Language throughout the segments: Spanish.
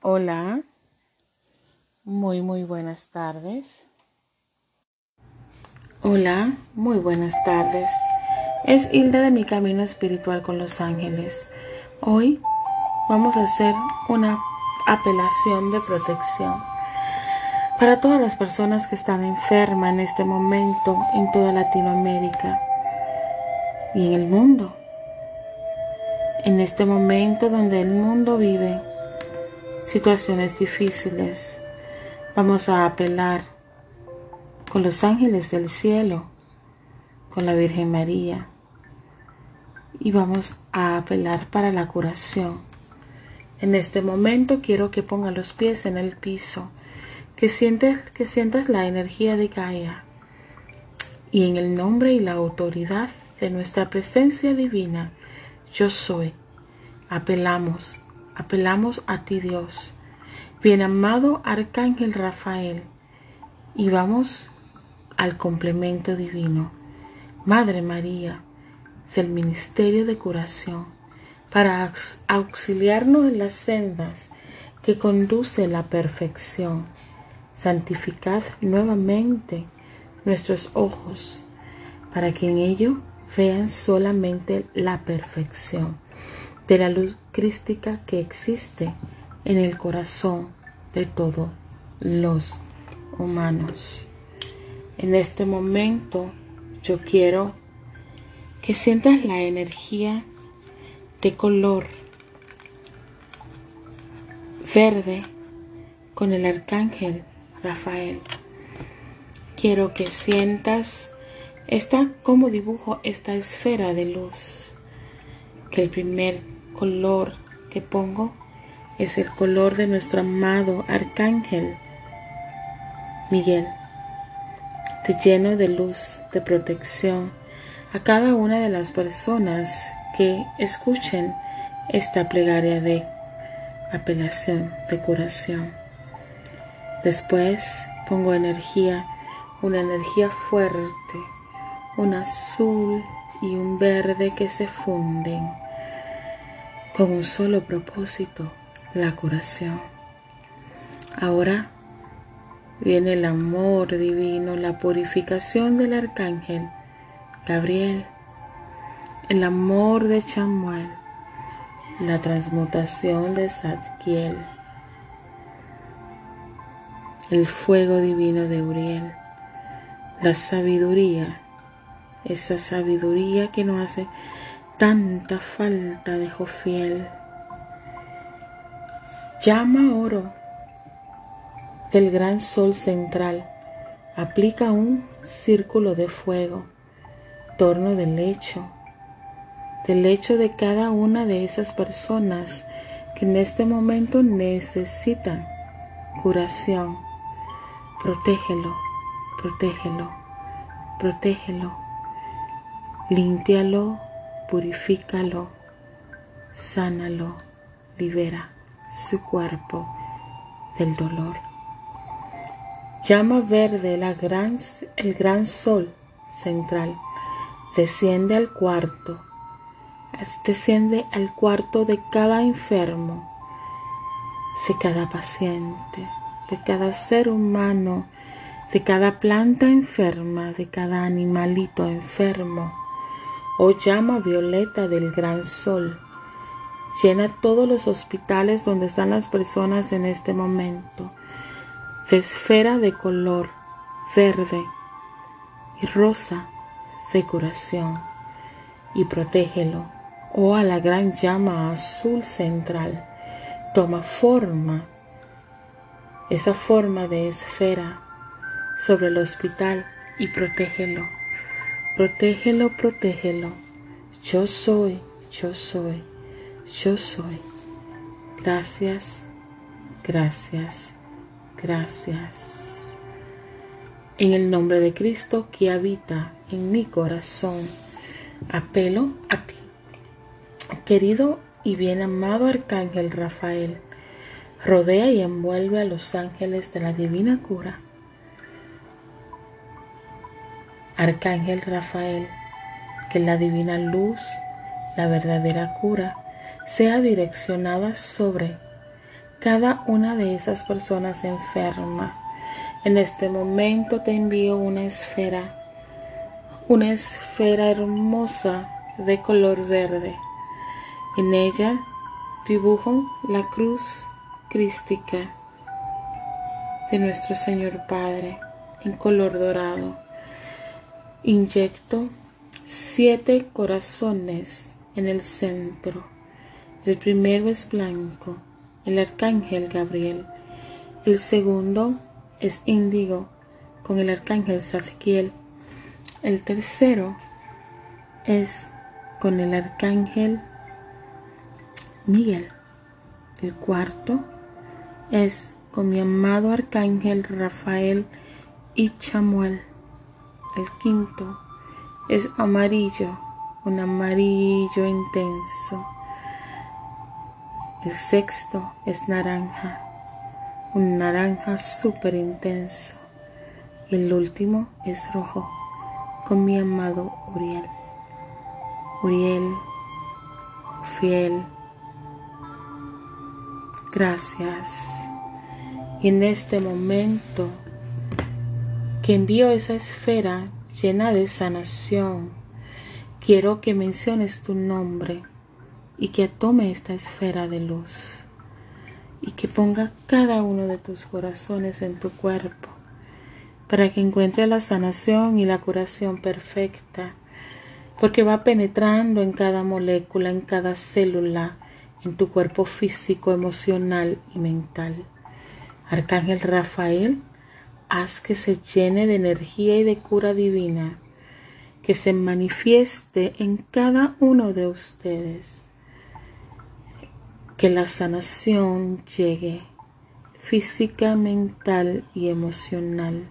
Hola, muy buenas tardes. Hola, muy buenas tardes. Es Hilda de Mi Camino Espiritual con los Ángeles. Hoy vamos a hacer una apelación de protección para todas las personas que están enfermas en este momento en toda Latinoamérica y en el mundo. En este momento donde el mundo vive situaciones difíciles, vamos a apelar con los ángeles del cielo, con la Virgen María, y vamos a apelar para la curación. En este momento quiero que ponga los pies en el piso, que sientas la energía de Gaia, y en el nombre y la autoridad de nuestra presencia divina, yo soy, apelamos a ti, Dios, bien amado Arcángel Rafael, y vamos al complemento divino, Madre María, del Ministerio de Curación, para auxiliarnos en las sendas que conduce la perfección. Santificad nuevamente nuestros ojos, para que en ello vean solamente la perfección de la luz crística que existe en el corazón de todos los humanos. En este momento yo quiero que sientas la energía de color verde con el arcángel Rafael. Quiero que sientas como dibujo esta esfera de luz, que el primer color que pongo es el color de nuestro amado arcángel Miguel. Te lleno de luz, de protección a cada una de las personas que escuchen esta plegaria de apelación, de curación. Después pongo una energía fuerte, un azul y un verde que se funden con un solo propósito, la curación. Ahora viene el amor divino, la purificación del arcángel Gabriel, el amor de Chamuel, la transmutación de Zadkiel, el fuego divino de Uriel, la sabiduría, esa sabiduría que nos hace tanta falta de Jofiel. Llama oro del gran sol central, aplica un círculo de fuego, torno del lecho de cada una de esas personas que en este momento necesitan curación. Protégelo, protégelo, protégelo, límpialo, purifícalo, sánalo, libera su cuerpo del dolor. Llama verde el gran sol central, desciende al cuarto de cada enfermo, de cada paciente, de cada ser humano, de cada planta enferma, de cada animalito enfermo. Oh llama violeta del gran sol, llena todos los hospitales donde están las personas en este momento, de esfera de color verde y rosa de curación, y protégelo. Oh, a la gran llama azul central, toma forma, esa forma de esfera sobre el hospital, y protégelo, protégelo, protégelo. Yo soy, yo soy, yo soy. Gracias, gracias, gracias. En el nombre de Cristo que habita en mi corazón, apelo a ti, querido y bien amado Arcángel Rafael. Rodea y envuelve a los ángeles de la divina cura. Arcángel Rafael, que la divina luz, la verdadera cura, sea direccionada sobre cada una de esas personas enferma. En este momento te envío una esfera hermosa de color verde. En ella dibujo la cruz crística de nuestro Señor Padre en color dorado. Inyecto 7 corazones en el centro. El primero es blanco, el arcángel Gabriel. El segundo es índigo, con el arcángel Zadkiel. El tercero es con el arcángel Miguel. El cuarto es con mi amado arcángel Rafael y Chamuel. El quinto es amarillo, un amarillo intenso. El sexto es naranja, un naranja súper intenso. Y el último es rojo, con mi amado Uriel. Uriel, fiel, gracias. Y en este momento que envío esa esfera llena de sanación, quiero que menciones tu nombre y que tome esta esfera de luz y que ponga cada uno de tus corazones en tu cuerpo para que encuentre la sanación y la curación perfecta, porque va penetrando en cada molécula, en cada célula, en tu cuerpo físico, emocional y mental. Arcángel Rafael, haz que se llene de energía y de cura divina, que se manifieste en cada uno de ustedes. Que la sanación llegue física, mental y emocional.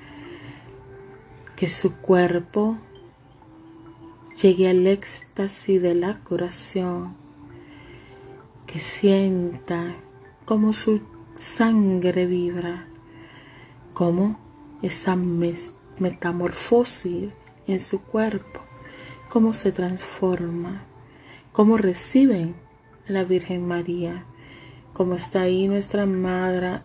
Que su cuerpo llegue al éxtasis de la curación. Que sienta cómo su sangre vibra, cómo esa metamorfosis en su cuerpo, cómo se transforma, cómo reciben a la Virgen María, cómo está ahí nuestra madre,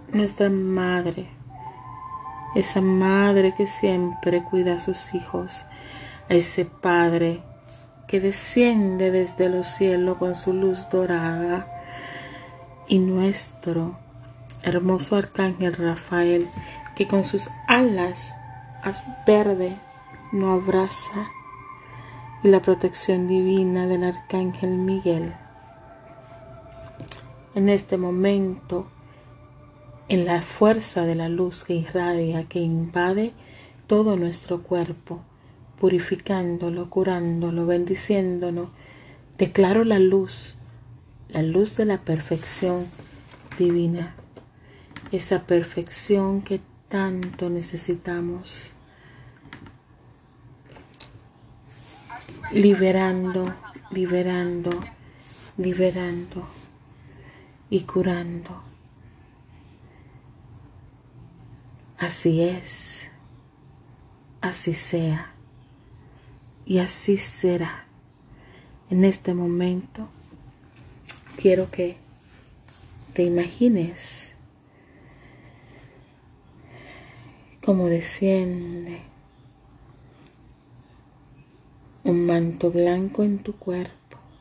esa madre que siempre cuida a sus hijos, a ese Padre que desciende desde los cielos con su luz dorada, y nuestro hermoso arcángel Rafael, que con sus alas verde nos abraza, y la protección divina del arcángel Miguel. En este momento, en la fuerza de la luz que irradia, que invade todo nuestro cuerpo, purificándolo, curándolo, bendiciéndonos, declaro la luz de la perfección divina, esa perfección que tanto necesitamos, liberando y curando. Así es, así sea y así será. En este momento quiero que te imagines cómo desciende un manto blanco en tu cuerpo.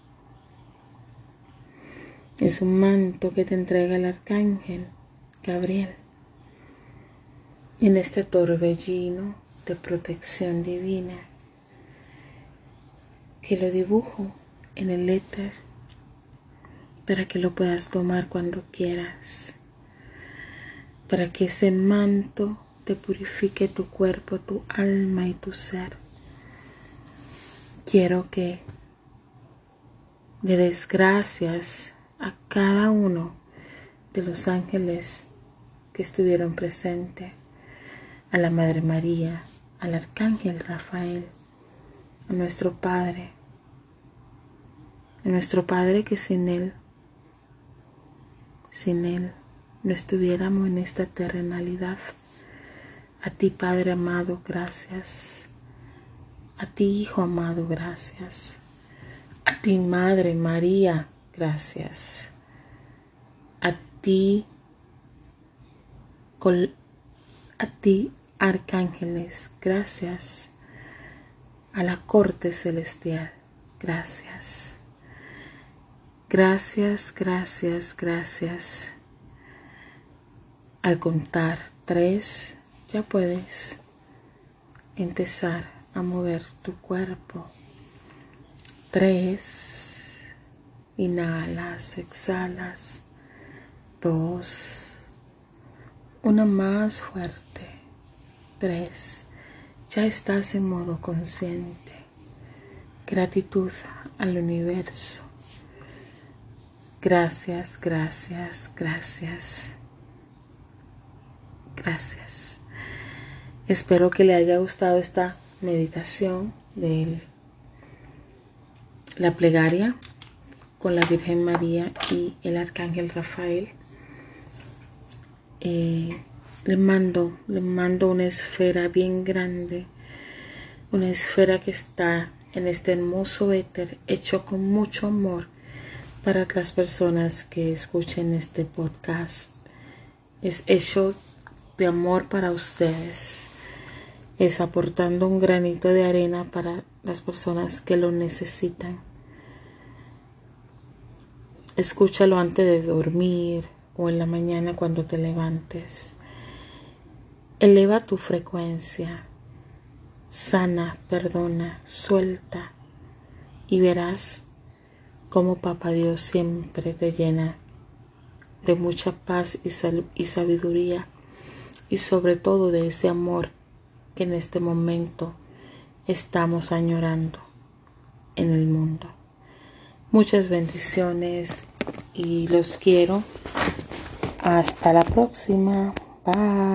Es un manto que te entrega el arcángel Gabriel. En este torbellino de protección divina, que lo dibujo en el éter para que lo puedas tomar cuando quieras, para que ese manto te purifique tu cuerpo, tu alma y tu ser. Quiero que le des gracias a cada uno de los ángeles que estuvieron presentes, a la Madre María, al Arcángel Rafael, a nuestro Padre que sin Él no estuviéramos en esta terrenalidad. A ti, Padre amado, gracias. A ti, Hijo amado, gracias. A ti, Madre María, gracias. A ti, a ti, arcángeles, gracias. A la corte celestial, gracias. Gracias, gracias, gracias. Al contar 3, ya puedes empezar a mover tu cuerpo. 3, inhalas, exhalas. 2, una más fuerte. 3, ya estás en modo consciente. Gratitud al universo. Gracias, gracias, gracias. Gracias. Espero que le haya gustado esta meditación de la plegaria con la Virgen María y el Arcángel Rafael. Le mando una esfera bien grande, una esfera que está en este hermoso éter hecho con mucho amor para las personas que escuchen este podcast. Es hecho de amor para ustedes. Es aportando un granito de arena para las personas que lo necesitan. Escúchalo antes de dormir o en la mañana cuando te levantes. Eleva tu frecuencia. Sana, perdona, suelta y verás cómo Papá Dios siempre te llena de mucha paz y sabiduría y sobre todo de ese amor que en este momento estamos añorando en el mundo. Muchas bendiciones y los quiero. Hasta la próxima. Bye.